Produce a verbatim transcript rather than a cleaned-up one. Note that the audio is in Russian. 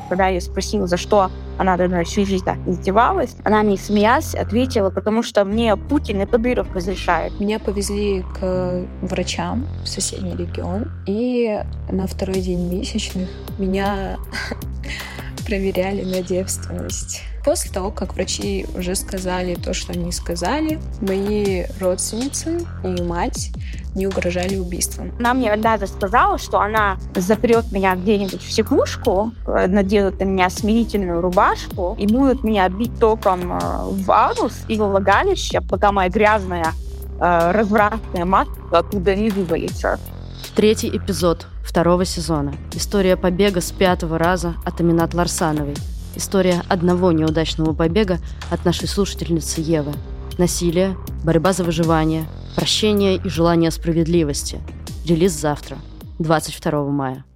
когда я спросила, за что она тогда всю жизнь так издевалась, она мне, смеясь, ответила, потому что мне Путин и Кадыров разрешают. Меня повезли к врачам в соседний регион, и на второй день месячных меня проверяли на девственность. После того, как врачи уже сказали то, что они сказали, мои родственницы и мать не угрожали убийством. Она мне однажды сказала, что она запрет меня где-нибудь в психушку, наделает на меня смирительную рубашку и будет меня бить током в анус и влагалище, пока моя грязная, развратная матка оттуда не вывалится. Третий эпизод второго сезона. История побега с пятого раза от Аминат Ларсановой. История одного неудачного побега от нашей слушательницы Евы. Насилие, борьба за выживание, прощение и желание справедливости. Релиз завтра, двадцать второго мая.